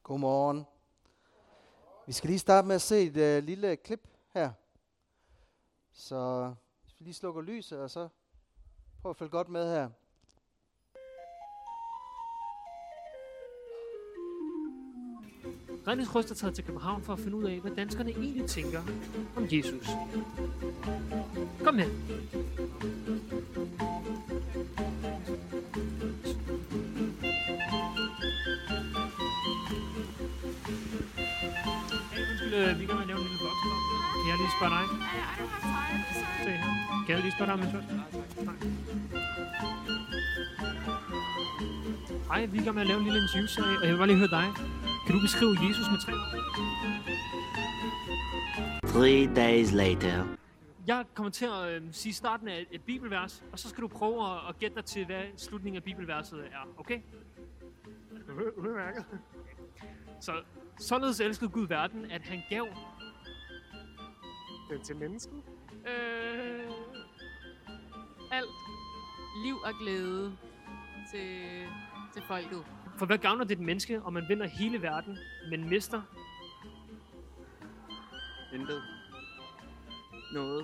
Godmorgen. Vi skal lige starte med at se et lille klip her. Så hvis vi lige slukker lyset, og så prøv at følge godt med her. Rennes Røst er taget til København for at finde ud af, hvad danskerne egentlig tænker om Jesus. Kom med. Vi kan lave en lille vlog. Kan jeg lige spørge dig? I don't have time, sorry. Se her. Kan jeg lige spørge dig om en spørgsmål? Nej. Hej, vi er i gang med at lave en lille interviewserie, og jeg vil bare lige høre dig. Kan du beskrive Jesus med 3 ord? 3 days later. Jeg kommer til at sige starten af et bibelvers, og så skal du prøve at gætte dig til, hvad slutningen af bibelverset er, okay? Udmærket. Så, således elskede Gud verden, at han gav Den til mennesket? Alt liv og glæde til folket. For hvad gavner det et menneske, om man vinder hele verden, men mister? Intet. Noget.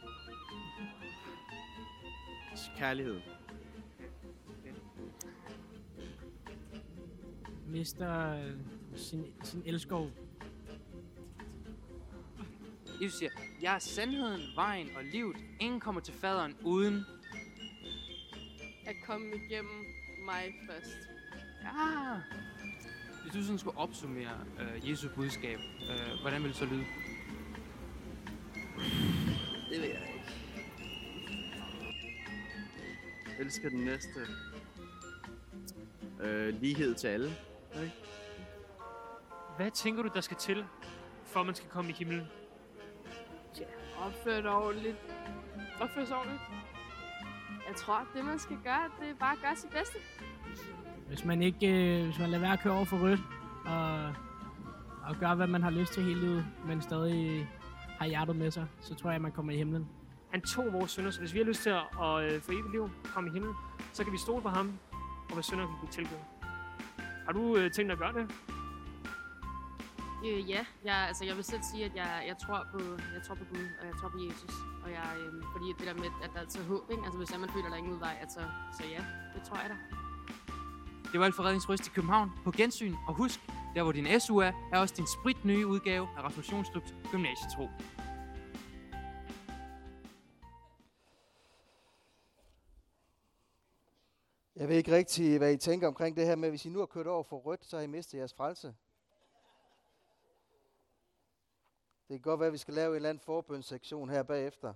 Kærlighed. Mister sin elskov. Jesus siger, jeg er sandheden, vejen og livet. Ingen kommer til faderen uden. At komme igennem mig først. Ja. Hvis du sådan skulle opsummere Jesu budskab, hvordan ville det så lyde? Det ved jeg ikke. Elsker den næste. Lighed til alle. Okay? Hvad tænker du, der skal til, for man skal komme i himlen? Opfør dig ordentligt. Opfør sig ordentligt. Jeg tror, det man skal gøre, det er bare at gøre sit bedste. Hvis man lader være at køre over for rødt, og gøre, hvad man har lyst til hele livet, men stadig har hjertet med sig, så tror jeg, man kommer i himlen. Han tog vores synder, så hvis vi har lyst til at få evigt liv, komme i himlen, så kan vi stole på ham, og vores synder kan blive tilgivet. Har du tænkt dig at gøre det? Ja, jeg vil selv sige, at jeg tror på Gud, og jeg tror på Jesus. Og fordi det der med, at der er altid håb, ikke? Altså hvis man føler, der er ingen udvej, så ja, det tror jeg da. Det var alt for Rennes Røst i København. På gensyn, og husk, der hvor din SU er også din spritnye udgave af Rasmus Jonstrups Gymnasietro. Jeg ved ikke rigtig, hvad I tænker omkring det her med, hvis I nu har kørt over for rødt, så har I mistet jeres frelse. Det kan godt være, at vi skal lave en eller anden forbønssektion her bagefter.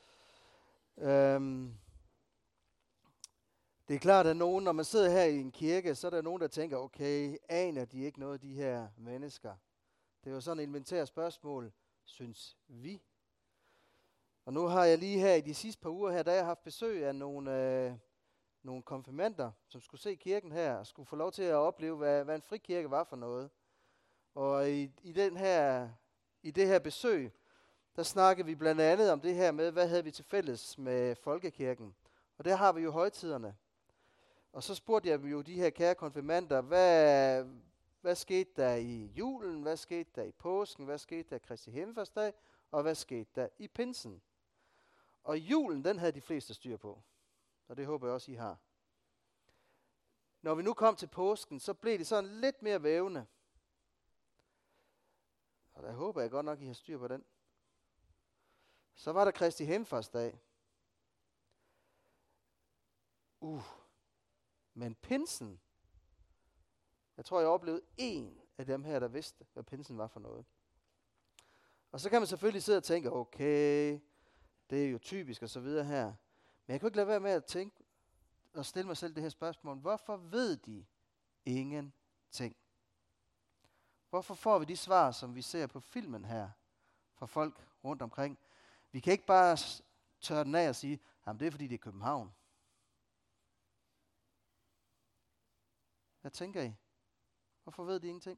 Det er klart, at nogen, når man sidder her i en kirke, så er der nogen, der tænker, okay, aner de ikke noget af de her mennesker? Det er jo sådan et elementært spørgsmål, synes vi. Og nu har jeg lige her i de sidste par uger her, der har jeg haft besøg af nogle konfirmander, som skulle se kirken her, og skulle få lov til at opleve, hvad en frikirke var for noget. Og i det her besøg, der snakkede vi blandt andet om det her med, hvad havde vi til fælles med folkekirken. Og der har vi jo højtiderne. Og så spurgte jeg jo de her kære konfirmander, hvad skete der i julen, hvad skete der i påsken, hvad skete der i Kristi Himmelfartsdag, og hvad skete der i pinsen. Og julen, den havde de fleste styr på. Og det håber jeg også, I har. Når vi nu kom til påsken, så blev det sådan lidt mere vævende. Og der håber jeg godt nok, I har styr på den. Så var der Kristi Himmelfartsdag. Men pinsen, jeg tror, jeg oplevede en af dem her, der vidste, hvad pinsen var for noget. Og så kan man selvfølgelig sidde og tænke, okay, det er jo typisk og så videre her. Men jeg kan ikke lade være med at tænke og stille mig selv det her spørgsmål. Hvorfor ved de ingenting? Hvorfor får vi de svar, som vi ser på filmen her, fra folk rundt omkring? Vi kan ikke bare tørre den af og sige, jamen det er fordi det er København. Hvad tænker I? Hvorfor ved de ingenting?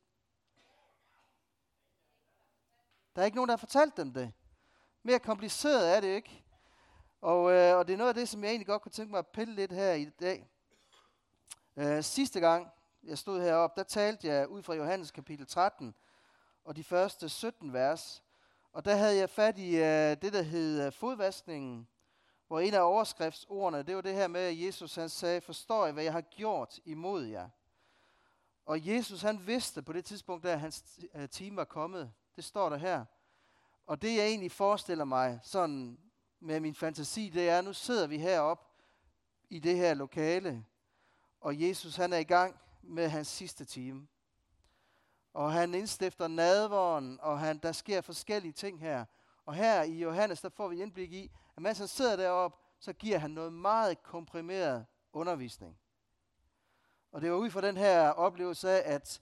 Der er ikke nogen, der har fortalt dem det. Mere kompliceret er det ikke. Og det er noget af det, som jeg egentlig godt kunne tænke mig at pille lidt her i dag. Sidste gang, jeg stod heroppe, der talte jeg ud fra Johannes kapitel 13, og de første 17 vers. Og der havde jeg fat i det, der hed fodvaskningen, hvor en af overskriftsordene, det var det her med, at Jesus han sagde, forstår I, hvad jeg har gjort imod jer? Og Jesus han vidste på det tidspunkt, da hans time var kommet. Det står der her. Og det jeg egentlig forestiller mig, sådan med min fantasi, det er, nu sidder vi heroppe i det her lokale, og Jesus han er i gang med hans sidste time. Og han indstifter nadveren, og der sker forskellige ting her. Og her i Johannes, der får vi indblik i, at mens han sidder deroppe, så giver han noget meget komprimeret undervisning. Og det var ud fra den her oplevelse af, at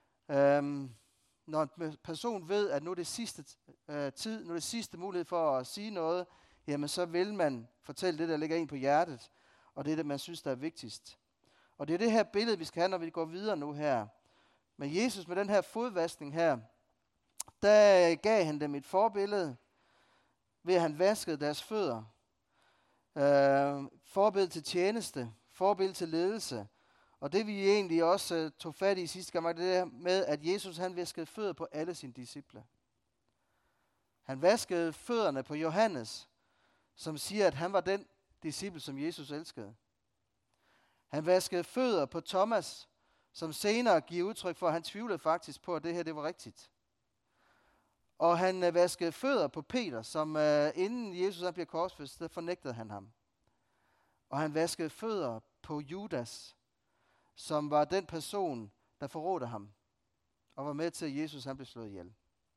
når en person ved, at nu er det sidste tid, nu er det sidste mulighed for at sige noget, jamen så vil man fortælle det, der ligger ind på hjertet, og det er det, man synes, der er vigtigst. Og det er det her billede, vi skal have, når vi går videre nu her. Men Jesus med den her fodvaskning her, der gav han dem et forbillede, ved at han vaskede deres fødder. Forbillede til tjeneste, forbillede til ledelse. Og det vi egentlig også tog fat i sidste gang, var det der med, at Jesus han vaskede fødder på alle sine disciple. Han vaskede fødderne på Johannes, som siger, at han var den disciple, som Jesus elskede. Han vaskede fødder på Thomas, som senere giver udtryk for, at han tvivlede faktisk på, at det her det var rigtigt. Og han vaskede fødder på Peter, som inden Jesus han bliver korsfæstet, der fornægtede han ham. Og han vaskede fødder på Judas, som var den person, der forrådte ham, og var med til, at Jesus han blev slået ihjel.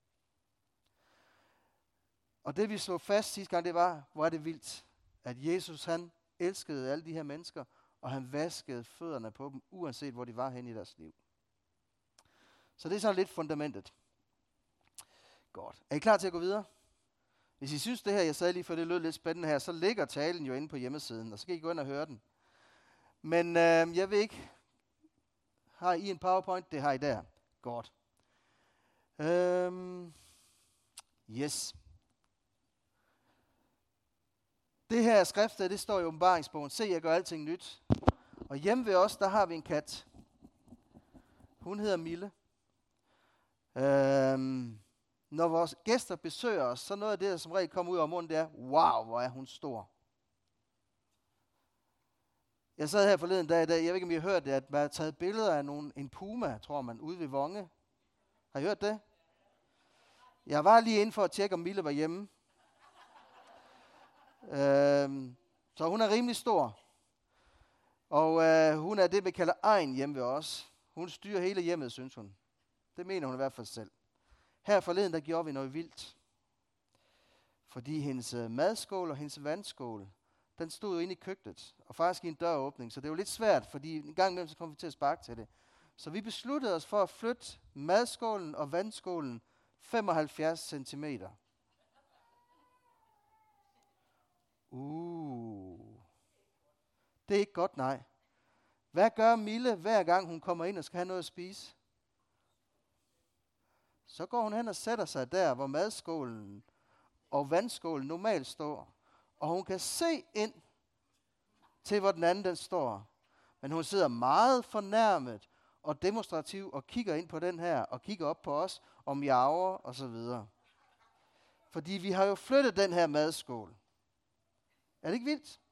Og det vi slog fast sidste gang, det var, hvor er det vildt, at Jesus han elskede alle de her mennesker, og han vaskede fødderne på dem, uanset hvor de var henne i deres liv. Så det er sådan lidt fundamentet. Godt. Er I klar til at gå videre? Hvis I synes det her, jeg sagde lige før, det lød lidt spændende her, så ligger talen jo inde på hjemmesiden, og så kan I gå ind og høre den. Men jeg ved ikke, har I en PowerPoint? Det har I der. Godt. Yes. Det her skrift, det står i åbenbaringsbogen. Se, jeg gør alting nyt. Og hjemme ved os, der har vi en kat. Hun hedder Mille. Når vores gæster besøger os, så noget af det, der som regel kommer ud af munden, det er, wow, hvor er hun stor. Jeg sad her forleden dag, jeg ved ikke, om I har hørt det, at man har taget billeder af en puma, tror man, ude ved Vonge. Har I hørt det? Jeg var lige inde for at tjekke, om Mille var hjemme. Så hun er rimelig stor. Og hun er det, vi kalder egen hjemme ved os. Hun styrer hele hjemmet, synes hun. Det mener hun i hvert fald selv. Her forleden, der gjorde vi noget vildt. Fordi hendes madskål og hendes vandskål, den stod jo inde i køkkenet, og faktisk i en døråbning, så det var lidt svært, fordi en gang imellem så kom vi til at sparke til det. Så vi besluttede os for at flytte madskålen og vandskålen 75 centimeter. Det er ikke godt, nej. Hvad gør Mille, hver gang hun kommer ind og skal have noget at spise? Så går hun hen og sætter sig der, hvor madskålen og vandskålen normalt står. Og hun kan se ind til, hvor den anden den står. Men hun sidder meget fornærmet og demonstrativ og kigger ind på den her, og kigger op på os og miaver og så videre. Fordi vi har jo flyttet den her madskål. Er det ikke vildt?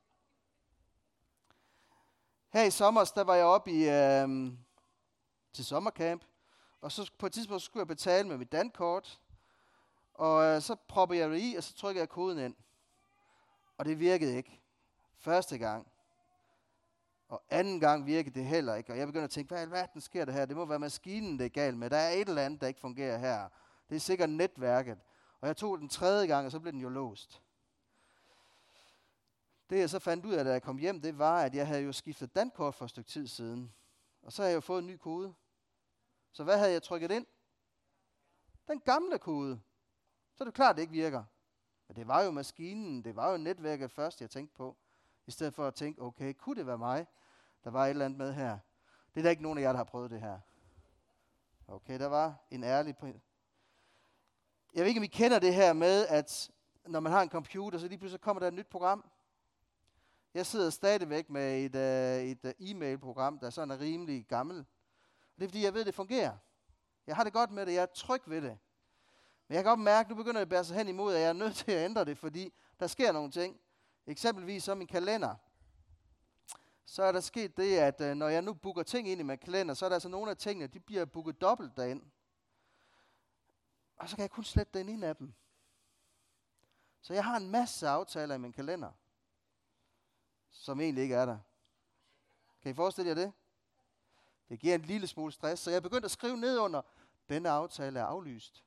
Her i sommer, der var jeg oppe til sommercamp, og så på et tidspunkt skulle jeg betale med mit dankort, og så propper jeg det i, og så trykker jeg koden ind. Og det virkede ikke. Første gang. Og anden gang virkede det heller ikke. Og jeg begyndte at tænke, hvad i alverden sker der her? Det må være maskinen, det er galt med. Der er et eller andet, der ikke fungerer her. Det er sikkert netværket. Og jeg tog den tredje gang, og så blev den jo låst. Det jeg så fandt ud af, da jeg kom hjem, det var, at jeg havde jo skiftet dankort for et stykke tid siden. Og så havde jeg jo fået en ny kode. Så hvad havde jeg trykket ind? Den gamle kode. Så er det klart, at det ikke virker. Men det var jo maskinen, det var jo netværket først, jeg tænkte på. I stedet for at tænke, okay, kunne det være mig, der var et eller andet med her? Det er der ikke nogen af jer, der har prøvet det her. Okay, der var en ærlig... Jeg ved ikke, om I kender det her med, at når man har en computer, så lige pludselig kommer der et nyt program. Jeg sidder stadigvæk med et e-mail-program, der sådan er rimelig gammel. Det er fordi, jeg ved, det fungerer. Jeg har det godt med det. Jeg er tryg ved det. Men jeg kan godt mærke, at nu begynder det at bære sig hen imod, at jeg er nødt til at ændre det, fordi der sker nogle ting. Eksempelvis så min kalender. Så er der sket det, at når jeg nu booker ting ind i min kalender, så er der altså nogle af tingene, de bliver booket dobbelt derind. Og så kan jeg kun slette den ene af dem. Så jeg har en masse aftaler i min kalender, som egentlig ikke er der. Kan I forestille jer det? Det giver en lille smule stress, så jeg er begyndt at skrive ned under, denne aftale er aflyst.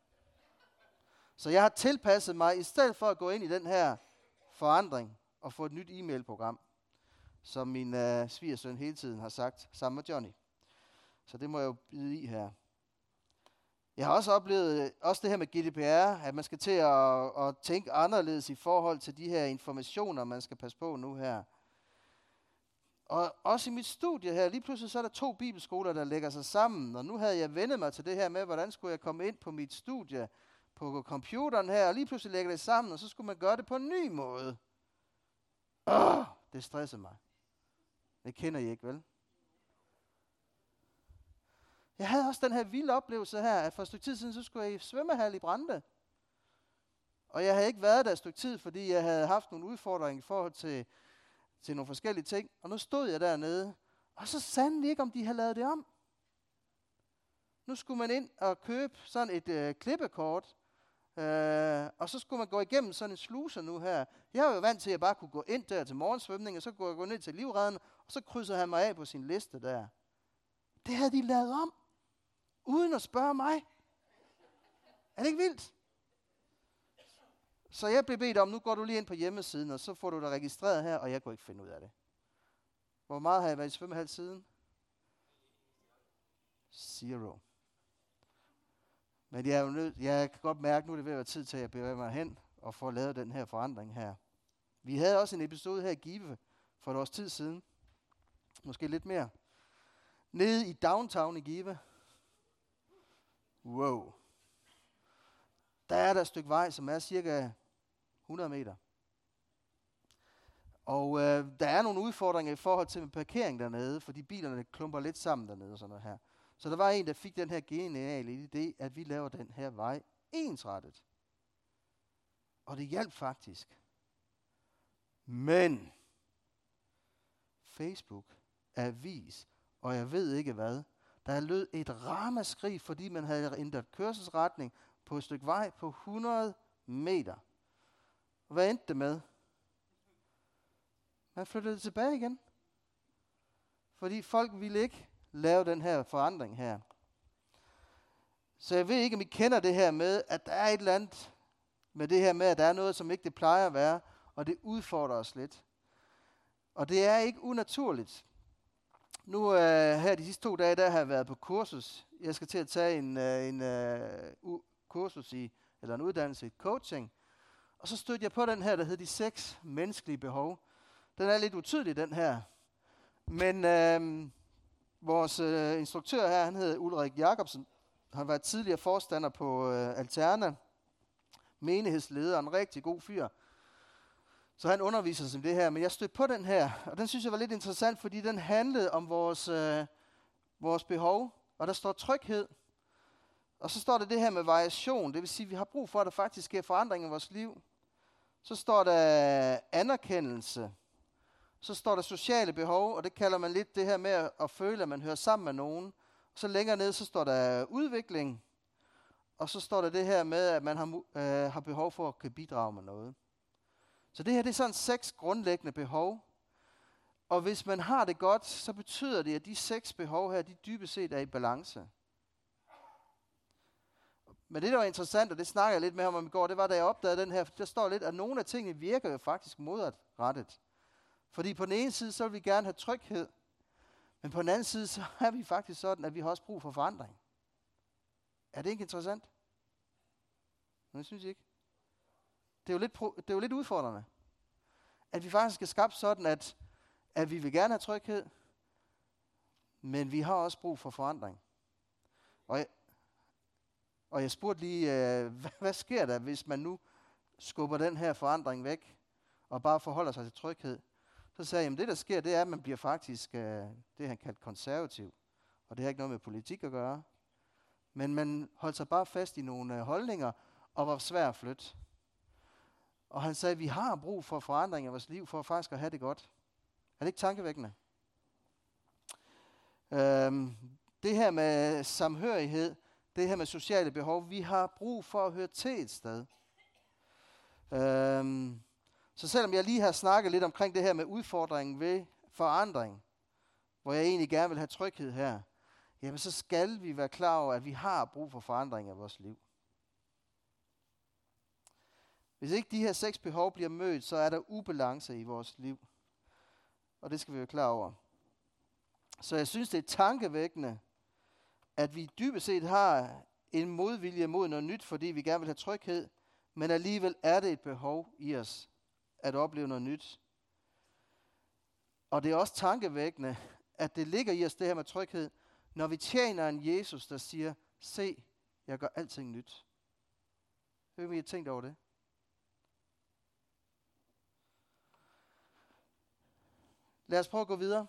Så jeg har tilpasset mig, i stedet for at gå ind i den her forandring og få et nyt e-mailprogram, som min svigersøn hele tiden har sagt, sammen med Johnny. Så det må jeg jo bide i her. Jeg har også oplevet også det her med GDPR, at man skal til at tænke anderledes i forhold til de her informationer, man skal passe på nu her. Og også i mit studie her, lige pludselig så er der 2 bibelskoler, der lægger sig sammen, og nu havde jeg vendet mig til det her med, hvordan skulle jeg komme ind på mit studie på computeren her, og lige pludselig lægger det sammen, og så skulle man gøre det på en ny måde. Det stresser mig. Det kender I ikke, vel? Jeg havde også den her vilde oplevelse her, at for et stykke tid siden, så skulle jeg i svømmehal i Brande. Og jeg havde ikke været der et stykke tid, fordi jeg havde haft nogle udfordringer i forhold til nogle forskellige ting. Og nu stod jeg dernede, og så sandelig ikke, om de havde lavet det om. Nu skulle man ind og købe sådan et klippekort, og så skulle man gå igennem sådan en sluse nu her. Jeg var jo vant til, at jeg bare kunne gå ind der til morgensvømning, og så kunne jeg gå ned til livredden, og så krydsede han mig af på sin liste der. Det havde de lavet om, uden at spørge mig. Er det ikke vildt? Så jeg blev bedt om, nu går du lige ind på hjemmesiden, og så får du dig registreret her, og jeg kunne ikke finde ud af det. Hvor meget har jeg været i svømmehal siden? 0. Men jeg kan godt mærke, nu er det ved at være tid til, at jeg bevæger mig hen og får lavet den her forandring her. Vi havde også en episode her i Give for et års tid siden. Måske lidt mere. Nede i downtown i Give. Wow. Der er der et stykke vej, som er cirka 100 meter. Og der er nogle udfordringer i forhold til parkering dernede, fordi bilerne klumper lidt sammen dernede og sådan noget her. Så der var en, der fik den her geniale idé, at vi laver den her vej ensrettet. Og det hjalp faktisk. Men Facebook, avis, og jeg ved ikke hvad, der lød et ramaskrig, fordi man havde ændret kørselsretning på et stykke vej på 100 meter. Og hvad endte det med? Man flyttede det tilbage igen. Fordi folk ville ikke lave den her forandring her. Så jeg ved ikke, om I kender det her med, at der er et eller andet med det her med, at der er noget, som ikke det plejer at være, og det udfordrer os lidt. Og det er ikke unaturligt. Nu her de sidste 2 dage, der har jeg været på kursus. Jeg skal til at tage en kursus eller en uddannelse i coaching. Og så stødte jeg på den her, der hedder de 6 menneskelige behov. Den er lidt utydelig, den her. Men vores instruktør her, han hedder Ulrik Jacobsen. Han var tidligere forstander på Alterna. Menighedsleder, en rigtig god fyr. Så han underviser os om det her, men jeg stødte på den her, og den synes jeg var lidt interessant, fordi den handlede om vores behov, og der står tryghed. Og så står der det her med variation, det vil sige, at vi har brug for, at der faktisk sker forandring i vores liv. Så står der anerkendelse. Så står der sociale behov, og det kalder man lidt det her med at føle, at man hører sammen med nogen. Så længere ned, så står der udvikling. Og så står der det her med, at man har behov for at kunne bidrage med noget. Så det her, det er sådan 6 grundlæggende behov. Og hvis man har det godt, så betyder det, at de 6 behov her, de dybest set er i balance. Men det, der var interessant, og det snakker jeg lidt med ham om i går, det var, da jeg opdagede den her, der står lidt, at nogle af tingene virker jo faktisk modrettet. Fordi på den ene side, så vil vi gerne have tryghed, men på den anden side, så er vi faktisk sådan, at vi har også brug for forandring. Er det ikke interessant? Men det synes jeg ikke. Det er jo lidt udfordrende. At vi faktisk er skabt sådan, at vi vil gerne have tryghed, men vi har også brug for forandring. Og jeg spurgte lige, hvad sker der, hvis man nu skubber den her forandring væk, og bare forholder sig til tryghed? Så sagde jeg, at det der sker, det er, at man bliver faktisk det, han kalder konservativ. Og det har ikke noget med politik at gøre. Men man holdt sig bare fast i nogle holdninger, og var svært at flytte. Og han sagde, at vi har brug for forandring i vores liv, for faktisk at have det godt. Er det ikke tankevækkende? Det her med samhørighed, det her med sociale behov, vi har brug for at høre til et sted. Så selvom jeg lige har snakket lidt omkring det her med udfordringen ved forandring, hvor jeg egentlig gerne vil have tryghed her, jamen så skal vi være klar over, at vi har brug for forandring af vores liv. Hvis ikke de her 6 behov bliver mødt, så er der ubalance i vores liv. Og det skal vi være klar over. Så jeg synes, det er tankevækkende, at vi dybest set har en modvilje mod noget nyt, fordi vi gerne vil have tryghed, men alligevel er det et behov i os at opleve noget nyt. Og det er også tankevækkende, at det ligger i os, det her med tryghed, når vi tjener en Jesus, der siger, se, jeg gør alting nyt. Hvad har I tænkt over det? Lad os prøve at gå videre.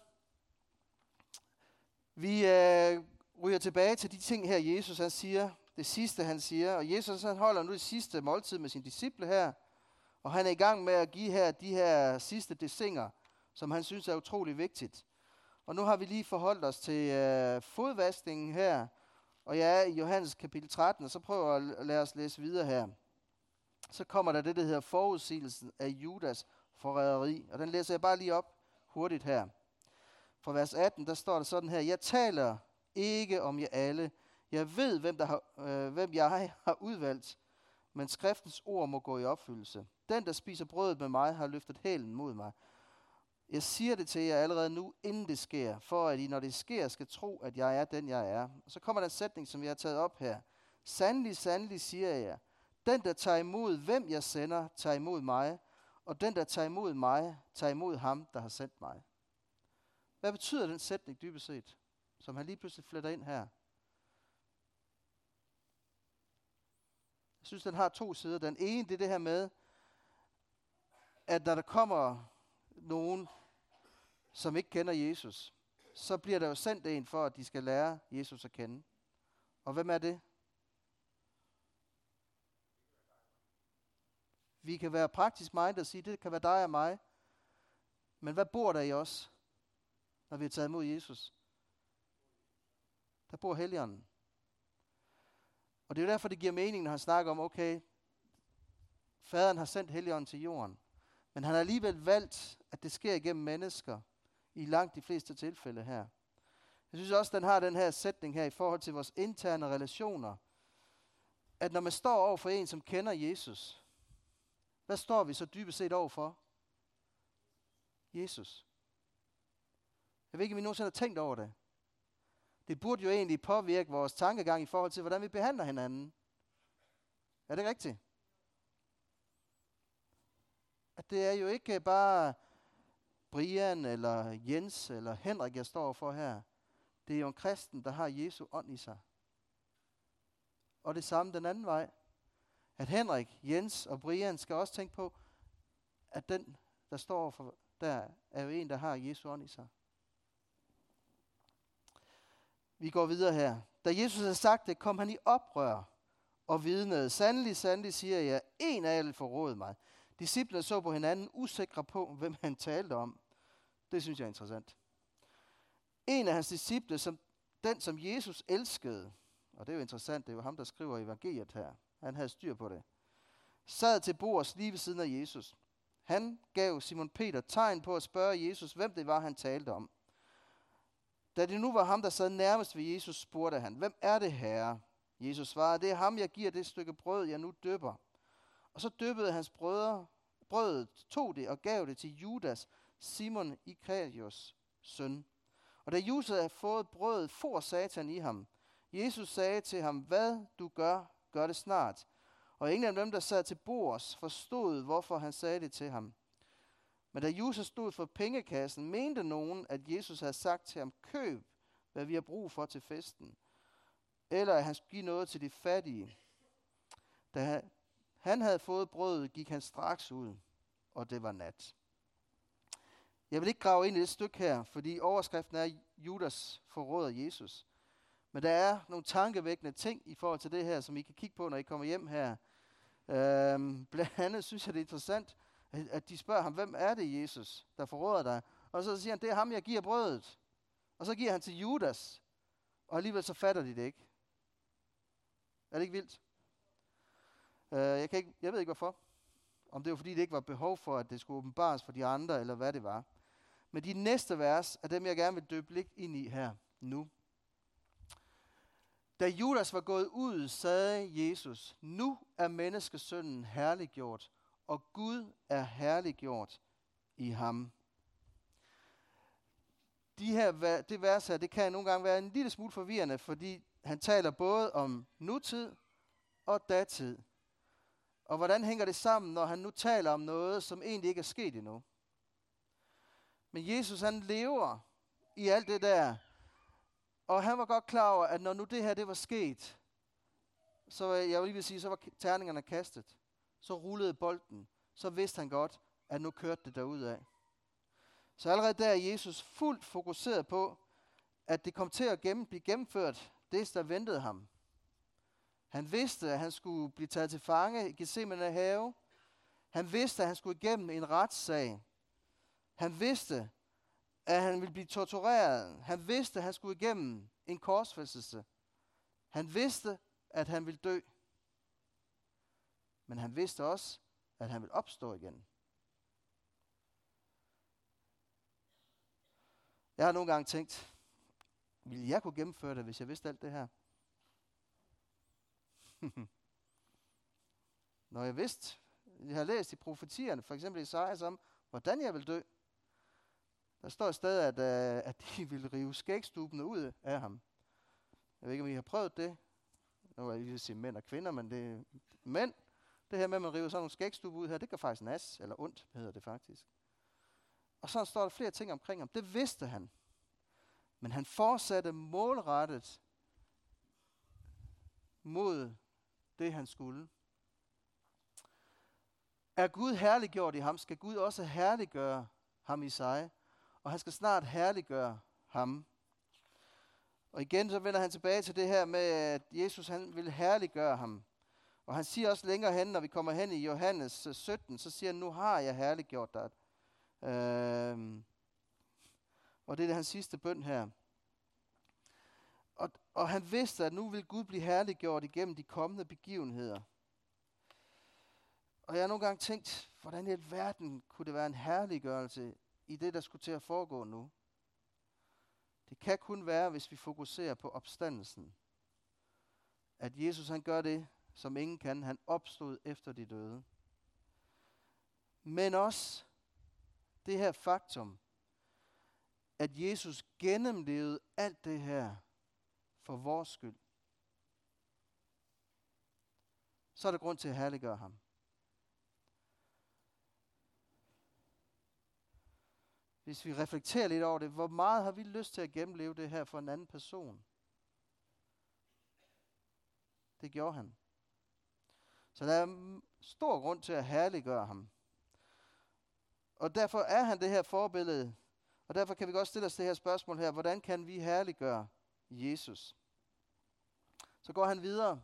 Vi ryger tilbage til de ting her, Jesus han siger, det sidste han siger. Og Jesus han holder nu det sidste måltid med sine disciple her. Og han er i gang med at give her de her sidste dessinger, som han synes er utrolig vigtigt. Og nu har vi lige forholdt os til fodvaskningen her. Og jeg er i Johannes kapitel 13, og så prøver jeg at lade os læse videre her. Så kommer der det, der hedder forudsigelsen af Judas forræderi. Og den læser jeg bare lige op hurtigt her. Fra vers 18, der står der sådan her. Jeg taler ikke om jer alle. Jeg ved, hvem jeg har udvalgt. Men skriftens ord må gå i opfyldelse. Den, der spiser brødet med mig, har løftet hælen mod mig. Jeg siger det til jer allerede nu, inden det sker, for at I, når det sker, skal tro, at jeg er den, jeg er. Og så kommer der en sætning, som jeg har taget op her. Sandelig, sandelig, siger jeg jer. Den, der tager imod, hvem jeg sender, tager imod mig. Og den, der tager imod mig, tager imod ham, der har sendt mig. Hvad betyder den sætning dybest set, som han lige pludselig fletter ind her? Jeg synes, den har 2 sider. Den ene, det er det her med, at når der kommer nogen, som ikke kender Jesus, så bliver der jo sendt en for, at de skal lære Jesus at kende. Og hvem er det? Vi kan være praktisk minded og sige, det kan være dig og mig. Men hvad bor der i os, når vi er taget imod Jesus? Der bor Helligånden. Og det er jo derfor, det giver mening, når han snakker om, okay, faderen har sendt Helligånden til jorden. Men han har alligevel valgt, at det sker igennem mennesker i langt de fleste tilfælde her. Jeg synes også, den har den her sætning her i forhold til vores interne relationer. At når man står over for en, som kender Jesus, hvad står vi så dybest set over for? Jesus. Jeg ved ikke, om vi nogensinde har tænkt over det. Det burde jo egentlig påvirke vores tankegang i forhold til, hvordan vi behandler hinanden. Er det rigtigt? At det er jo ikke bare Brian eller Jens eller Henrik, jeg står for her. Det er jo en kristen, der har Jesu ånd i sig. Og det samme den anden vej. At Henrik, Jens og Brian skal også tænke på, at den, der står for der, er jo en, der har Jesu ånd i sig. Vi går videre her. Da Jesus havde sagt det, kom han i oprør og vidnede. Sandelig, sandelig, siger jeg, en af jer vil forråde mig. Disciplene så på hinanden, usikre på, hvem han talte om. Det synes jeg er interessant. En af hans disciple, som Jesus elskede, og det er jo interessant, det er jo ham, der skriver evangeliet her. Han havde styr på det. Sad til bords lige ved siden af Jesus. Han gav Simon Peter tegn på at spørge Jesus, hvem det var, han talte om. Da det nu var ham, der sad nærmest ved Jesus, spurgte han, hvem er det, Herre? Jesus svarede, det er ham, jeg giver det stykke brød, jeg nu dypper. Og så dyppede hans brødet, tog det og gav det til Judas, Simon Iskarios søn. Og da Judas havde fået brødet, for Satan i ham. Jesus sagde til ham, hvad du gør, gør det snart. Og ingen af dem, der sad til bords, forstod, hvorfor han sagde det til ham. Men da Judas stod for pengekassen, mente nogen, at Jesus havde sagt til ham, køb, hvad vi har brug for til festen. Eller at han skulle give noget til de fattige. Da han havde fået brødet, gik han straks ud, og det var nat. Jeg vil ikke grave ind i det stykke her, fordi overskriften er, Judas forråder Jesus. Men der er nogle tankevækkende ting i forhold til det her, som I kan kigge på, når I kommer hjem her. Blandt andet synes jeg, det er interessant, at de spørger ham, hvem er det, Jesus, der forråder dig? Og så siger han, det er ham, jeg giver brødet. Og så giver han til Judas. Og alligevel så fatter de det ikke. Er det ikke vildt? Jeg ved ikke hvorfor. Om det var fordi, det ikke var behov for, at det skulle åbenbares for de andre, eller hvad det var. Men de næste vers er dem, jeg gerne vil dybe lidt ind i her nu. Da Judas var gået ud, sagde Jesus, nu er menneskesønnen herliggjort, og Gud er herliggjort i ham. Det vers her, det kan nogle gange være en lille smule forvirrende, fordi han taler både om nutid og datid. Og hvordan hænger det sammen, når han nu taler om noget, som egentlig ikke er sket endnu? Men Jesus, han lever i alt det der. Og han var godt klar over, at når nu det her, det var sket, så jeg vil lige vil sige, så var terningerne kastet. Så rullede bolden. Så vidste han godt, at nu kørte det derudad. Så allerede der er Jesus fuldt fokuseret på, at det kom til at blive gennemført, det der ventede ham. Han vidste, at han skulle blive taget til fange i Gethsemane have. Han vidste, at han skulle igennem en retssag. Han vidste, at han ville blive tortureret. Han vidste, at han skulle igennem en korsfæstelse. Han vidste, at han ville dø. Men han vidste også, at han ville opstå igen. Jeg har nogle gange tænkt, ville jeg kunne gennemføre det, hvis jeg vidste alt det her? Når jeg vidste, jeg har læst i profetierne, for eksempel Esajas om, hvordan jeg vil dø. Der står i stedet, at de vil rive skægstubene ud af ham. Jeg ved ikke, om I har prøvet det. Nu vil jeg lige sige mænd og kvinder, men det er mænd. Det her med, at man river sådan nogle skægstube ud her, det gør faktisk nas, eller ondt, hedder det faktisk. Og så står der flere ting omkring ham. Det vidste han. Men han fortsatte målrettet mod det, han skulle. Er Gud herliggjort i ham, skal Gud også herliggøre ham i sig. Og han skal snart herliggøre ham. Og igen så vender han tilbage til det her med, at Jesus han vil herliggøre ham. Og han siger også længere hen, når vi kommer hen i Johannes 17, så siger han, nu har jeg herliggjort dig. Og det er hans sidste bøn her. Og han vidste, at nu vil Gud blive herliggjort igennem de kommende begivenheder. Og jeg har nogle gange tænkt, hvordan i alverden kunne det være en herliggørelse i det, der skulle til at foregå nu? Det kan kun være, hvis vi fokuserer på opstandelsen. At Jesus han gør det, som ingen kan. Han opstod efter de døde. Men også det her faktum, at Jesus gennemlevede alt det her for vores skyld. Så er der grund til at herliggøre ham. Hvis vi reflekterer lidt over det, hvor meget har vi lyst til at gennemleve det her for en anden person? Det gjorde han. Så der er stor grund til at herliggøre ham. Og derfor er han det her forbillede. Og derfor kan vi godt stille os det her spørgsmål her. Hvordan kan vi herliggøre Jesus? Så går han videre.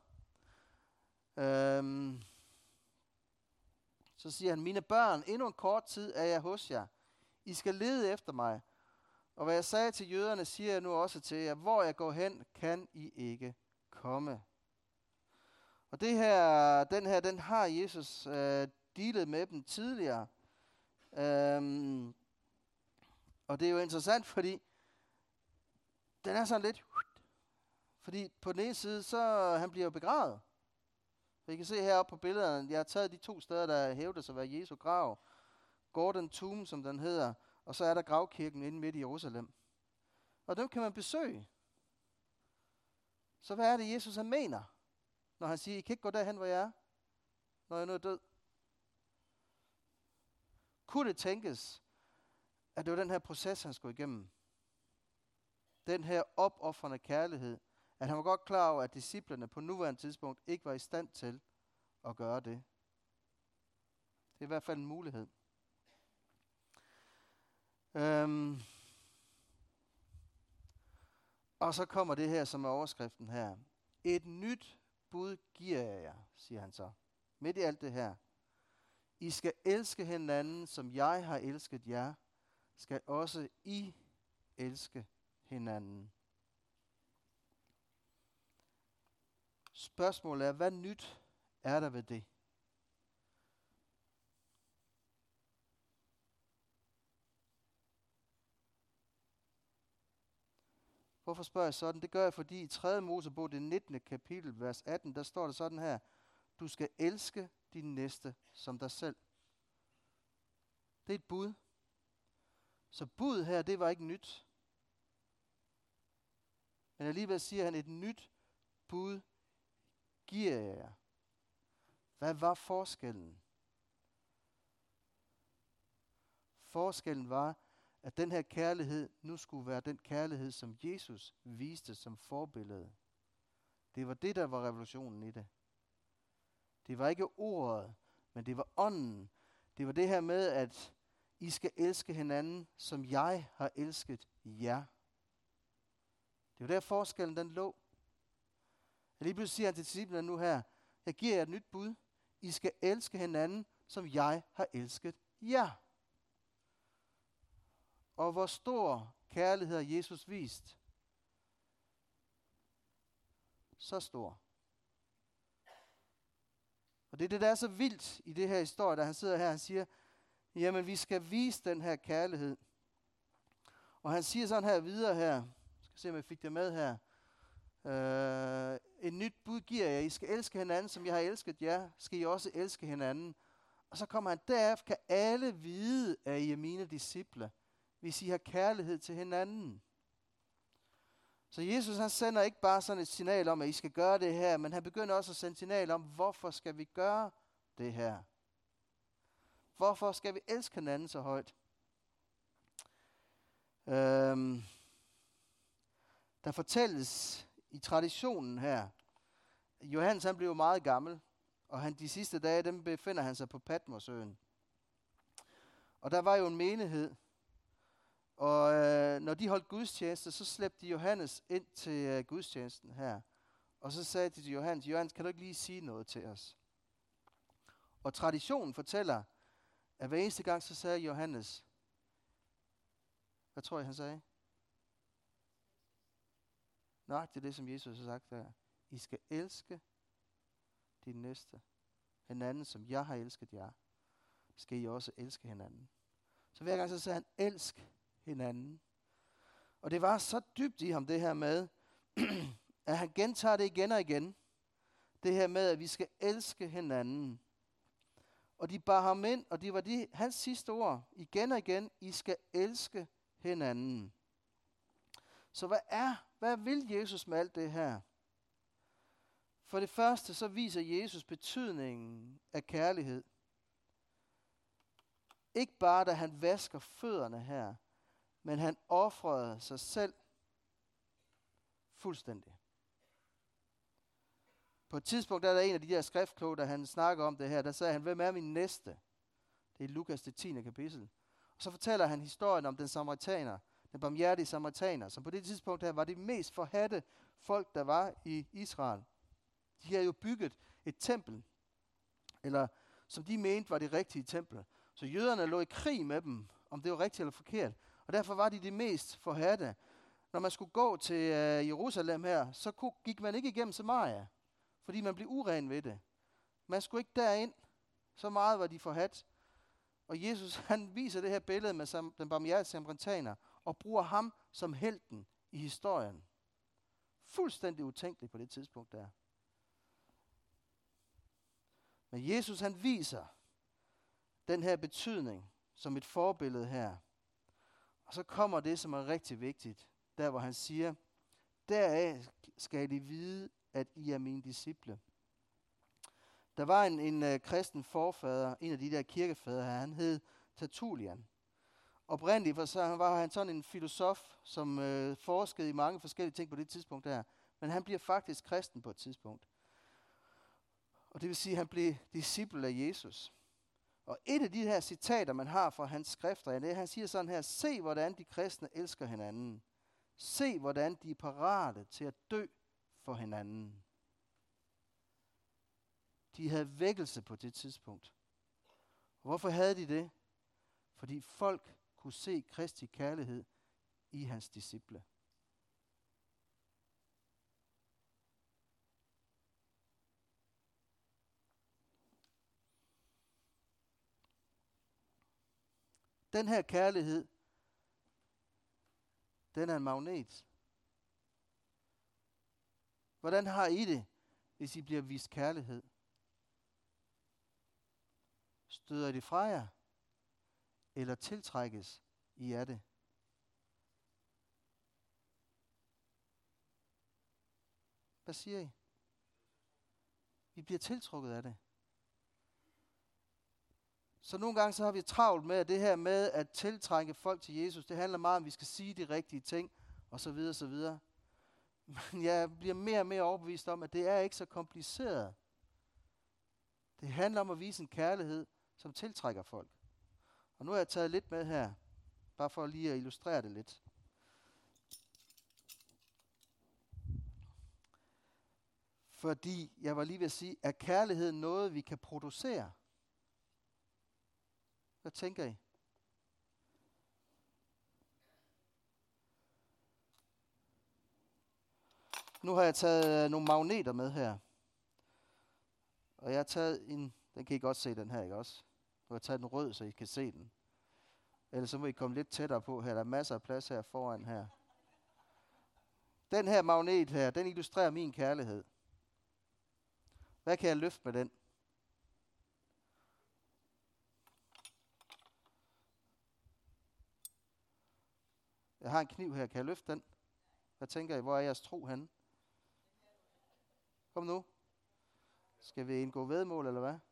Så siger han, mine børn, endnu en kort tid er jeg hos jer. I skal lede efter mig. Og hvad jeg sagde til jøderne, siger jeg nu også til jer. Hvor jeg går hen, kan I ikke komme. Og den har Jesus dealet med dem tidligere. Og det er jo interessant, fordi den er sådan lidt... Fordi på den ene side, så han bliver jo begravet. Så I kan se heroppe på billederne, jeg har taget de 2 steder, der hævdes at være Jesu grav. Gordon Tomb, som den hedder, og så er der gravkirken inde midt i Jerusalem. Og dem kan man besøge. Så hvad er det, Jesus han mener, når han siger, I kan ikke gå derhen, hvor jeg er, når jeg nu er død? Kunne det tænkes, at det var den her proces, han skulle igennem? Den her opoffrende kærlighed, at han var godt klar over, at disciplerne på nuværende tidspunkt ikke var i stand til at gøre det. Det er i hvert fald en mulighed. Og så kommer det her, som er overskriften her. Et nyt bud giver jeg jer, siger han så. Midt i alt det her. I skal elske hinanden, som jeg har elsket jer, skal også I elske hinanden. Spørgsmålet er, hvad nyt er der ved det? Hvorfor spørger jeg sådan? Det gør jeg, fordi i 3. Mosebog, det 19. kapitel, vers 18, der står der sådan her. Du skal elske din næste som dig selv. Det er et bud. Så budet her, det var ikke nyt. Men alligevel siger han, et nyt bud giver jeg jer. Hvad var forskellen? Forskellen var, at den her kærlighed nu skulle være den kærlighed, som Jesus viste som forbillede. Det var det, der var revolutionen i det. Det var ikke ordet, men det var ånden. Det var det her med, at I skal elske hinanden, som jeg har elsket jer. Det var der forskellen den lå. Og lige pludselig siger han til disciplene nu her, jeg giver jer et nyt bud. I skal elske hinanden, som jeg har elsket jer. Og hvor stor kærlighed har Jesus vist? Så stor. Og det er det, der er så vildt i det her historie, da han sidder her, han siger, jamen vi skal vise den her kærlighed. Og han siger sådan her videre her, jeg skal se om jeg fik det med her. Et nyt bud giver jeg, I skal elske hinanden, som jeg har elsket jer, skal I også elske hinanden. Og så kommer han, derefter kan alle vide, at I er mine disciple, hvis I har kærlighed til hinanden. Så Jesus han sender ikke bare sådan et signal om, at I skal gøre det her, men han begynder også at sende signal om, hvorfor skal vi gøre det her? Hvorfor skal vi elske hinanden så højt? Der fortælles i traditionen her, Johannes han blev meget gammel, og de sidste dage, dem befinder han sig på Patmosøen. Og der var jo en menighed, og når de holdt gudstjeneste, så slæbte de Johannes ind til gudstjenesten her. Og så sagde de til Johannes, kan du ikke lige sige noget til os? Og traditionen fortæller, at hver eneste gang, så sagde Johannes, hvad tror jeg, han sagde? Nej, det er det, som Jesus har sagt der. I skal elske din næste. Hinanden, som jeg har elsket jer, skal I også elske hinanden. Så hver gang så sagde han, elsk hinanden. Og det var så dybt i ham det her med, at han gentager det igen og igen. Det her med, at vi skal elske hinanden. Og de bar ham ind, og det var hans sidste ord. Igen og igen, I skal elske hinanden. Så hvad vil Jesus med alt det her? For det første, så viser Jesus betydningen af kærlighed. Ikke bare, da han vasker fødderne her, men han ofrede sig selv fuldstændig. På et tidspunkt, der er der en af de der skriftkloge, der han snakker om det her, der sagde han, hvem er min næste? Det er Lukas det 10. kapitel. Og så fortæller han historien om den samaritaner, den barmhjertige samaritaner, som på det tidspunkt her var de mest forhadte folk, der var i Israel. De havde jo bygget et tempel, eller som de mente var det rigtige tempel. Så jøderne lå i krig med dem, om det var rigtigt eller forkert. Og derfor var de mest forhadte. Når man skulle gå til Jerusalem her, så gik man ikke igennem Samaria, fordi man blev uren ved det. Man skulle ikke derind. Så meget var de forhadt. Og Jesus han viser det her billede med den barmhjertige samaritaner, og bruger ham som helten i historien. Fuldstændig utænkeligt på det tidspunkt der. Men Jesus han viser den her betydning som et forbillede her. Og så kommer det, som er rigtig vigtigt, der hvor han siger, deraf skal I vide, at I er mine disciple. Der var en kristen forfader, en af de der kirkefader her, han hed Tertullian. Oprindeligt var han sådan en filosof, som forskede i mange forskellige ting på det tidspunkt der. Men han bliver faktisk kristen på et tidspunkt. Og det vil sige, at han blev disciple af Jesus. Og et af de her citater, man har fra hans skrifter, det er, han siger sådan her, se hvordan de kristne elsker hinanden. Se, hvordan de er parate til at dø for hinanden. De havde vækkelse på det tidspunkt. Hvorfor havde de det? Fordi folk kunne se Kristi kærlighed i hans disciple. Den her kærlighed, den er en magnet. Hvordan har I det, hvis I bliver vist kærlighed? Støder I det fra jer? Eller tiltrækkes I af det? Hvad siger I? Vi bliver tiltrukket af det. Så nogle gange så har vi travlt med, at det her med at tiltrække folk til Jesus, det handler meget om, at vi skal sige de rigtige ting, og så videre, så videre. Men jeg bliver mere og mere overbevist om, at det er ikke så kompliceret. Det handler om at vise en kærlighed, som tiltrækker folk. Og nu har jeg taget lidt med her, bare for lige at illustrere det lidt. Fordi jeg var lige ved at sige, er kærligheden noget, vi kan producere? Hvad tænker I? Nu har jeg taget nogle magneter med her. Og jeg har taget en, den kan I godt se den her, ikke også? Nu har jeg taget den rød, så I kan se den. Ellers så må I komme lidt tættere på her. Der er masser af plads her foran her. Den her magnet her, den illustrerer min kærlighed. Hvad kan jeg løfte med den? Jeg har en kniv her. Kan jeg løfte den? Hvad tænker I? Hvor er jeres tro henne? Kom nu. Skal vi indgå væddemål, eller hvad?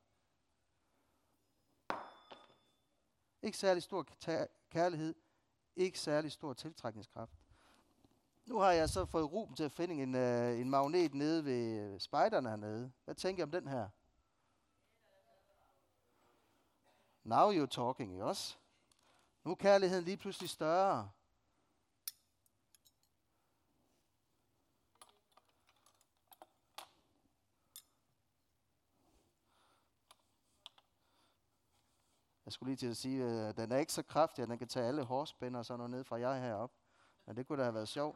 Ikke særlig stor kærlighed. Ikke særlig stor tiltrækningskraft. Nu har jeg så fået Ruben til at finde en magnet nede ved spejderne hernede. Hvad tænker I om den her? Now you're talking, ikke også? Nu er kærligheden lige pludselig større. Jeg skulle lige til at sige, at den er ikke så kraftig, at den kan tage alle hårspænder og sådan noget ned fra jeg heroppe. Men det kunne da have været sjovt.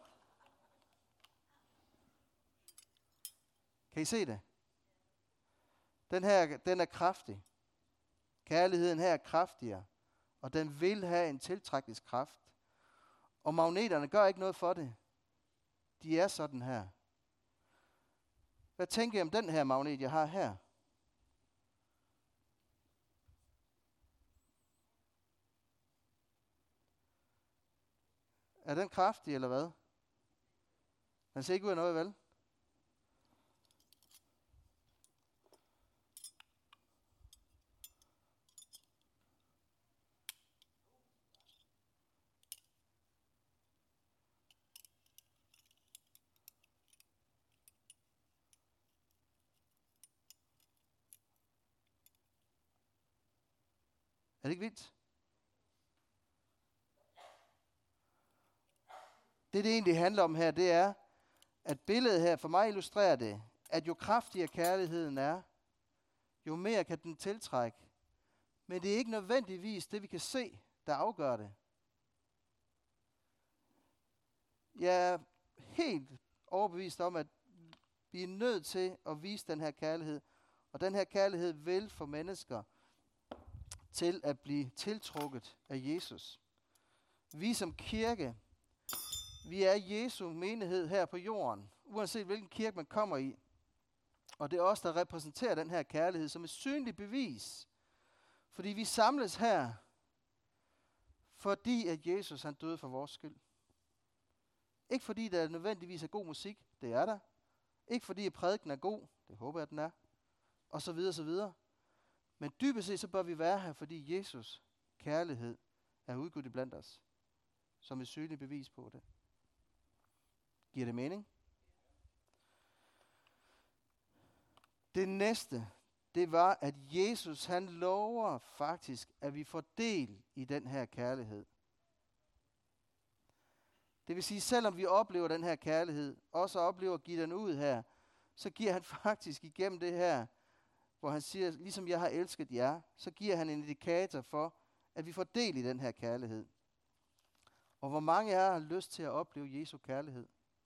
Kan I se det? Den her, den er kraftig. Kærligheden her er kraftigere. Og den vil have en tiltrækningskraft. Og magneterne gør ikke noget for det. De er sådan her. Hvad tænker I om den her magnet, jeg har her? Er den kraftig, eller hvad? Den ser ikke ud af noget, vel? Er det ikke vildt? Det egentlig handler om her, det er, at billedet her for mig illustrerer det, at jo kraftigere kærligheden er, jo mere kan den tiltrække. Men det er ikke nødvendigvis det, vi kan se, der afgør det. Jeg er helt overbevist om, at vi er nødt til at vise den her kærlighed. Og den her kærlighed vil få mennesker til at blive tiltrukket af Jesus. Vi som kirke, vi er Jesu menighed her på jorden, uanset hvilken kirke man kommer i. Og det er os, der repræsenterer den her kærlighed som et synligt bevis. Fordi vi samles her, fordi at Jesus han døde for vores skyld. Ikke fordi der nødvendigvis er god musik, det er der. Ikke fordi at prædiken er god, det håber jeg, den er. Og så videre, så videre. Men dybest set så bør vi være her, fordi Jesus kærlighed er udgivet iblandt os. Som et synligt bevis på det. Giver det mening? Det næste, det var, at Jesus han lover faktisk, at vi får del i den her kærlighed. Det vil sige, selvom vi oplever den her kærlighed, også oplever at give den ud her, så giver han faktisk igennem det her, hvor han siger, ligesom jeg har elsket jer, så giver han en indikator for, at vi får del i den her kærlighed. Og hvor mange af jer har lyst til at opleve Jesu kærlighed?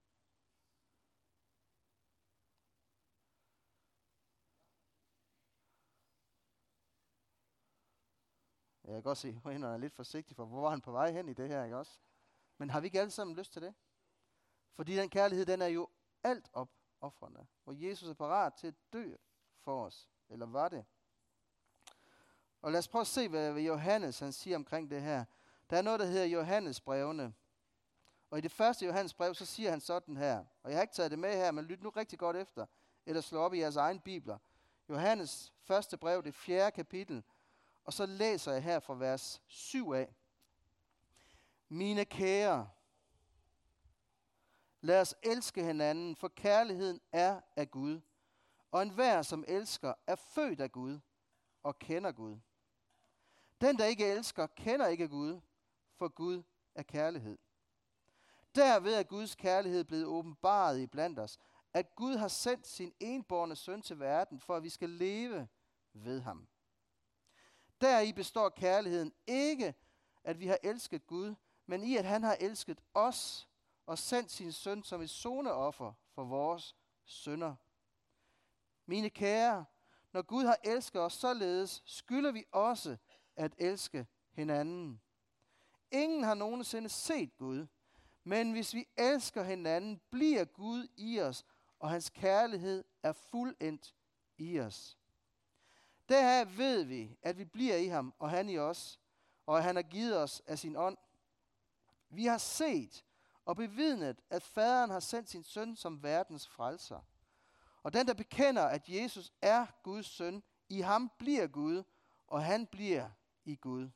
Jeg kan godt se, at hænderne er lidt forsigtige, for hvor var han på vej hen i det her, ikke også? Men har vi ikke alle sammen lyst til det? Fordi den kærlighed, den er jo alt opoffrende, hvor Jesus er parat til at dø for os. Eller var det? Og lad os prøve at se, hvad Johannes han siger omkring det her. Der er noget, der hedder Johannesbrevene. Og i det første Johannesbrev, så siger han sådan her. Og jeg har ikke taget det med her, men lyt nu rigtig godt efter. Eller slå op i jeres egen bibler. Johannes første brev, det 4. kapitel. Og så læser jeg her fra vers 7 af. Mine kære, lad os elske hinanden, for kærligheden er af Gud. Og enhver, som elsker, er født af Gud og kender Gud. Den, der ikke elsker, kender ikke Gud, for Gud er kærlighed. Derved er Guds kærlighed blevet åbenbaret iblandt os, at Gud har sendt sin enbårne søn til verden, for at vi skal leve ved ham. Deri består kærligheden ikke, at vi har elsket Gud, men i, at han har elsket os og sendt sin søn som et soneoffer for vores synder. Mine kære, når Gud har elsket os således, skylder vi også at elske hinanden. Ingen har nogensinde set Gud, men hvis vi elsker hinanden, bliver Gud i os, og hans kærlighed er fuldendt i os. Deraf ved vi, at vi bliver i ham, og han i os, og at han har givet os af sin ånd. Vi har set og bevidnet, at faderen har sendt sin søn som verdens frelser. Og den, der bekender, at Jesus er Guds søn, i ham bliver Gud, og han bliver i Gud.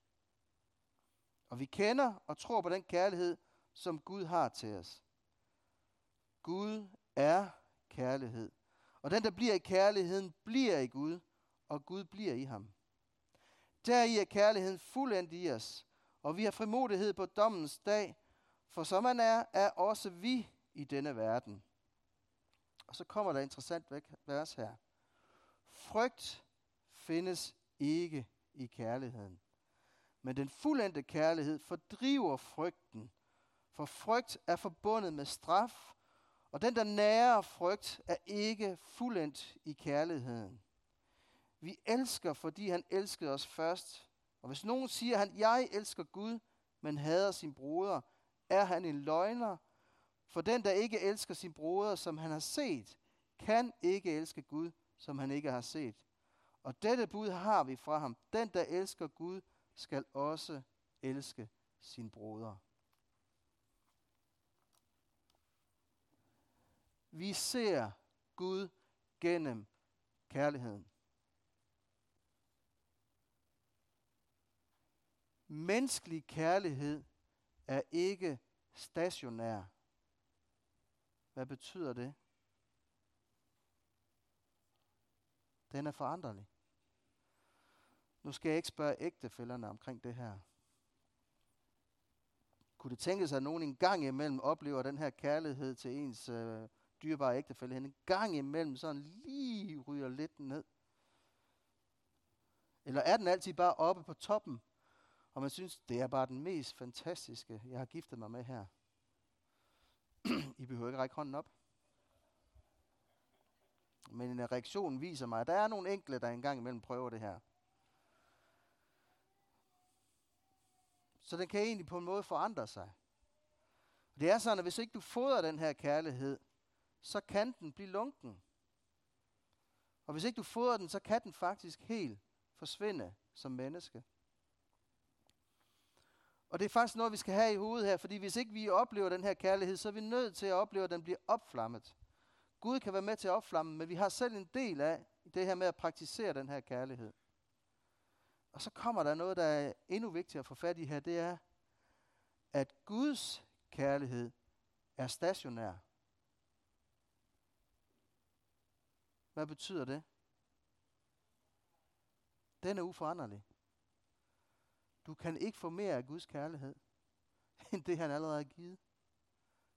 Og vi kender og tror på den kærlighed, som Gud har til os. Gud er kærlighed. Og den, der bliver i kærligheden, bliver i Gud, og Gud bliver i ham. Deri er kærligheden fuldendt i os, og vi har frimodighed på dommens dag, for som man er også vi i denne verden. Og så kommer der et interessant vers her. Frygt findes ikke i kærligheden, men den fuldendte kærlighed fordriver frygten, for frygt er forbundet med straf, og den, der nærer frygt, er ikke fuldendt i kærligheden. Vi elsker, fordi han elskede os først. Og hvis nogen siger, at jeg elsker Gud, men hader sin broder, er han en løgner. For den, der ikke elsker sin broder, som han har set, kan ikke elske Gud, som han ikke har set. Og dette bud har vi fra ham. Den, der elsker Gud, skal også elske sin broder. Vi ser Gud gennem kærligheden. Menneskelig kærlighed er ikke stationær. Hvad betyder det? Den er foranderlig. Nu skal jeg ikke spørge ægtefællerne omkring det her. Kunne det tænkes, at nogen en gang imellem oplever den her kærlighed til ens dyrebare ægtefælle, en gang imellem sådan lige ryger lidt ned? Eller er den altid bare oppe på toppen, og man synes, det er bare den mest fantastiske, jeg har giftet mig med her? I behøver ikke række hånden op. Men en reaktion viser mig, at der er nogle enkelte, der engang imellem prøver det her. Så den kan egentlig på en måde forandre sig. Det er sådan, at hvis ikke du fodrer den her kærlighed, så kan den blive lunken. Og hvis ikke du fodrer den, så kan den faktisk helt forsvinde som menneske. Og det er faktisk noget, vi skal have i hovedet her, fordi hvis ikke vi oplever den her kærlighed, så er vi nødt til at opleve, at den bliver opflammet. Gud kan være med til at opflamme, men vi har selv en del af det her med at praktisere den her kærlighed. Og så kommer der noget, der er endnu vigtigere at få fat i her, det er, at Guds kærlighed er stationær. Hvad betyder det? Den er uforanderlig. Du kan ikke få mere af Guds kærlighed, end det han allerede har givet.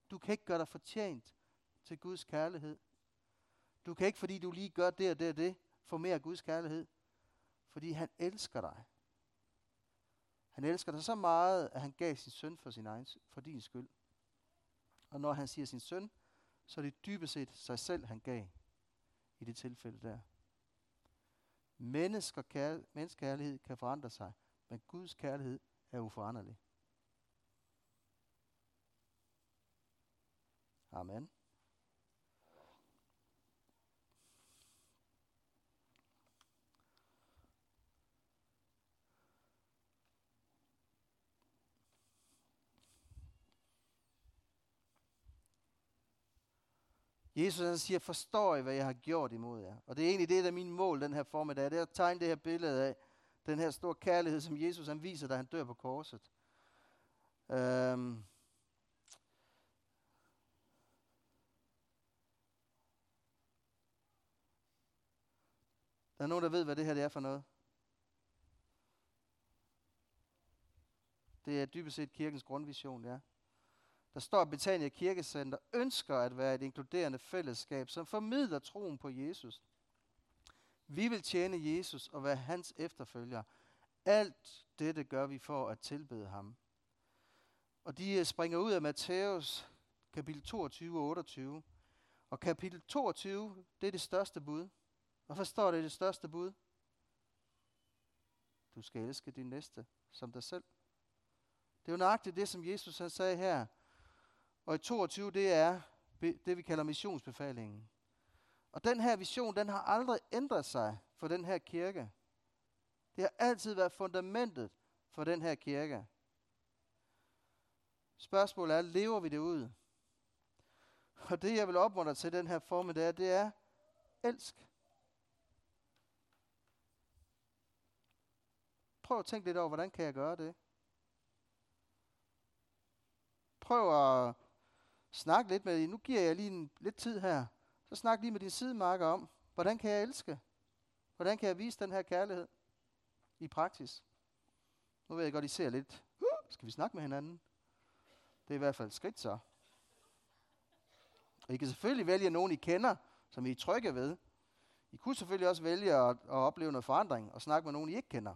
Du kan ikke gøre dig fortjent til Guds kærlighed. Du kan ikke, fordi du lige gør det og det og det, få mere af Guds kærlighed. Fordi han elsker dig. Han elsker dig så meget, at han gav sin søn for din skyld. Og når han siger sin søn, så er det dybest set sig selv, han gav i det tilfælde der. Menneskekærlighed kan forandre sig, men Guds kærlighed er uforanderlig. Amen. Jesus han siger, forstår I, hvad jeg har gjort imod jer? Og det er egentlig det, der er min mål den her formiddag. Det er at tegne det her billede af den her store kærlighed, som Jesus han viser, da han dør på korset. Der er nogen, der ved, hvad det her det er for noget. Det er dybest set kirkens grundvision, ja. Der står, at Betania Kirkecenter ønsker at være et inkluderende fællesskab, som formidler troen på Jesus. Vi vil tjene Jesus og være hans efterfølgere. Alt dette gør vi for at tilbede ham. Og de springer ud af Matthæus kapitel 22 og 28. Og kapitel 22, det er det største bud. Hvorfor står det største bud? Du skal elske din næste som dig selv. Det er jo nøjagtigt det, som Jesus han sagde her. Og i 22, det er det, vi kalder missionsbefalingen. Og den her vision, den har aldrig ændret sig for den her kirke. Det har altid været fundamentet for den her kirke. Spørgsmålet er, lever vi det ud? Og det, jeg vil opmuntre til den her formiddag, det er, elsk. Prøv at tænke lidt over, hvordan kan jeg gøre det? Prøv at snakke lidt med, nu giver jeg lige lidt tid her, så snak lige med din sidemarker om, hvordan kan jeg elske? Hvordan kan jeg vise den her kærlighed i praksis? Nu ved jeg godt, I ser lidt, skal vi snakke med hinanden? Det er i hvert fald et skridt så. Og I kan selvfølgelig vælge nogen, I kender, som I er trygge ved. I kunne selvfølgelig også vælge at opleve noget forandring og snakke med nogen, I ikke kender.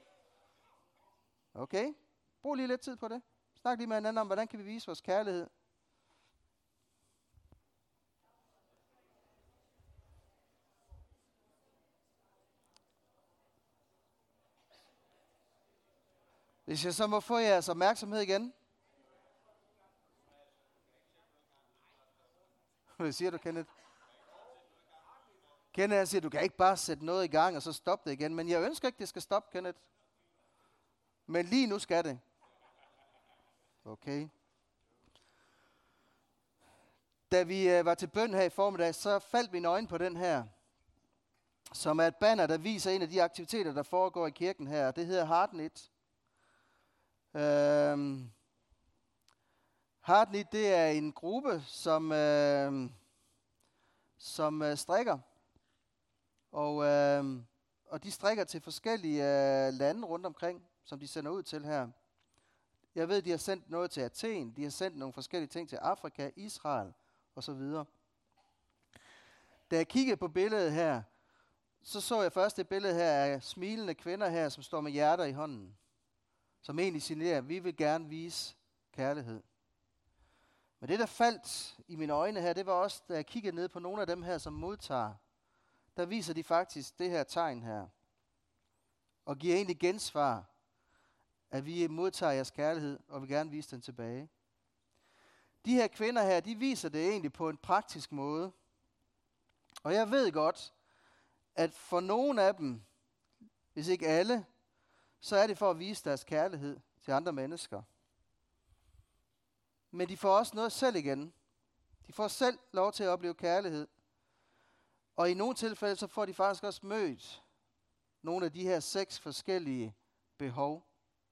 Okay? Brug lige lidt tid på det. Snak lige med hinanden om, hvordan kan vi vise vores kærlighed. Hvis jeg så må få jeres opmærksomhed igen. Hvad siger du, Kenneth? Kenneth siger, du kan ikke bare sætte noget i gang, og så stoppe det igen. Men jeg ønsker ikke, det skal stoppe, Kenneth. Men lige nu skal det. Okay. Da vi var til bøn her i formiddag, så faldt mine øjne på den her, som er et banner, der viser en af de aktiviteter, der foregår i kirken her. Det hedder Heartnit. Heartnit, det er en gruppe, som strikker. Og de strikker til forskellige lande rundt omkring, som de sender ud til her. Jeg ved, de har sendt noget til Athen, de har sendt nogle forskellige ting til Afrika, Israel osv. Da jeg kiggede på billedet her, så jeg først et billede her af smilende kvinder her, som står med hjerter i hånden. Som egentlig signalerer, at vi vil gerne vise kærlighed. Men det, der faldt i mine øjne her, det var også, da jeg kiggede ned på nogle af dem her, som modtager. Der viser de faktisk det her tegn her. Og giver egentlig gensvar, at vi modtager jeres kærlighed, og vil gerne vise den tilbage. De her kvinder her, de viser det egentlig på en praktisk måde. Og jeg ved godt, at for nogle af dem, hvis ikke alle, så er det for at vise deres kærlighed til andre mennesker. Men de får også noget selv igen. De får selv lov til at opleve kærlighed. Og i nogle tilfælde, så får de faktisk også mødt nogle af de her 6 forskellige behov.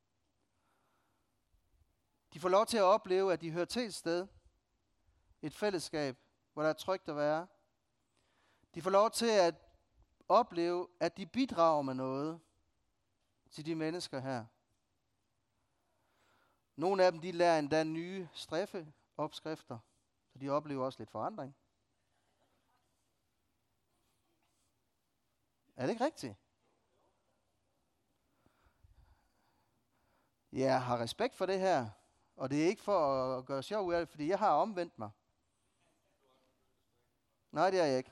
De får lov til at opleve, at de hører til et sted, et fællesskab, hvor der er trygt at være. De får lov til at opleve, at de bidrager med noget til de mennesker her. Nogle af dem, de lærer endda nye straffe opskrifter. Så de oplever også lidt forandring. Er det ikke rigtigt? Jeg har respekt for det her, og det er ikke for at gøre sjov ud af det, fordi jeg har omvendt mig. Nej, det er jeg ikke.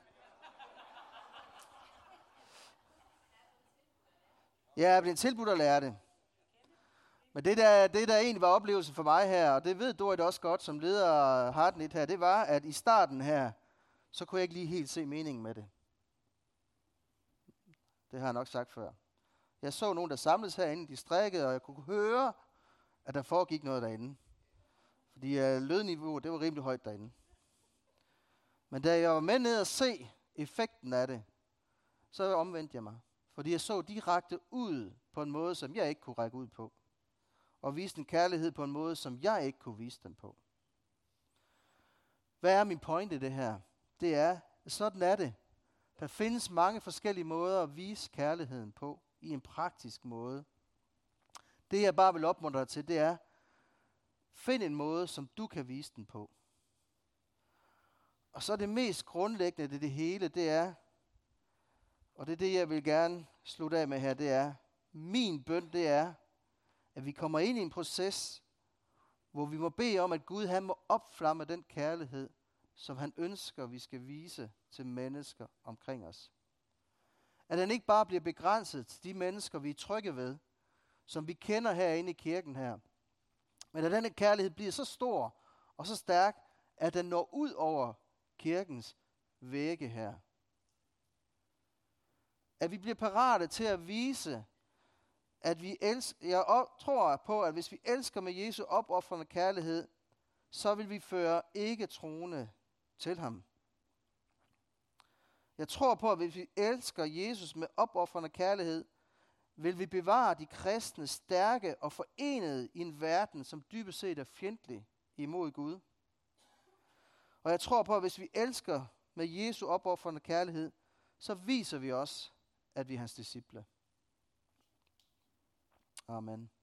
Jeg er blevet tilbudt at lære det. Men det der egentlig var oplevelsen for mig her, og det ved Dorit også godt som leder af Heartnit her, det var, at i starten her, så kunne jeg ikke lige helt se meningen med det. Det har jeg nok sagt før. Jeg så nogen, der samledes herinde, de strikkede, og jeg kunne høre, at der foregik noget derinde. Fordi lydniveauet, det var rimelig højt derinde. Men da jeg var med ned og se effekten af det, så omvendte jeg mig. Fordi jeg så direkte ud på en måde, som jeg ikke kunne række ud på. Og viste en kærlighed på en måde, som jeg ikke kunne vise den på. Hvad er min pointe i det her? Det er, sådan er det. Der findes mange forskellige måder at vise kærligheden på, i en praktisk måde. Det jeg bare vil opmuntre dig til, det er, find en måde, som du kan vise den på. Og så det mest grundlæggende i det hele, det er, og det er det, jeg vil gerne slutte af med her, det er, min bøn, det er, at vi kommer ind i en proces, hvor vi må bede om, at Gud han må opflamme den kærlighed, som han ønsker, vi skal vise til mennesker omkring os. At den ikke bare bliver begrænset til de mennesker, vi er trygge ved, som vi kender herinde i kirken her. Men at denne kærlighed bliver så stor og så stærk, at den når ud over kirkens vægge her. At vi bliver parate til at vise, at vi elsker. Jeg tror på, at hvis vi elsker med Jesu opofrende kærlighed, så vil vi føre ikke troende til ham. Jeg tror på, at hvis vi elsker Jesus med opofrende kærlighed, vil vi bevare de kristne stærke og forenede i en verden, som dybest set er fjendtlig imod Gud. Og jeg tror på, at hvis vi elsker med Jesu opofrende kærlighed, så viser vi også, at vi er hans disciple. Amen.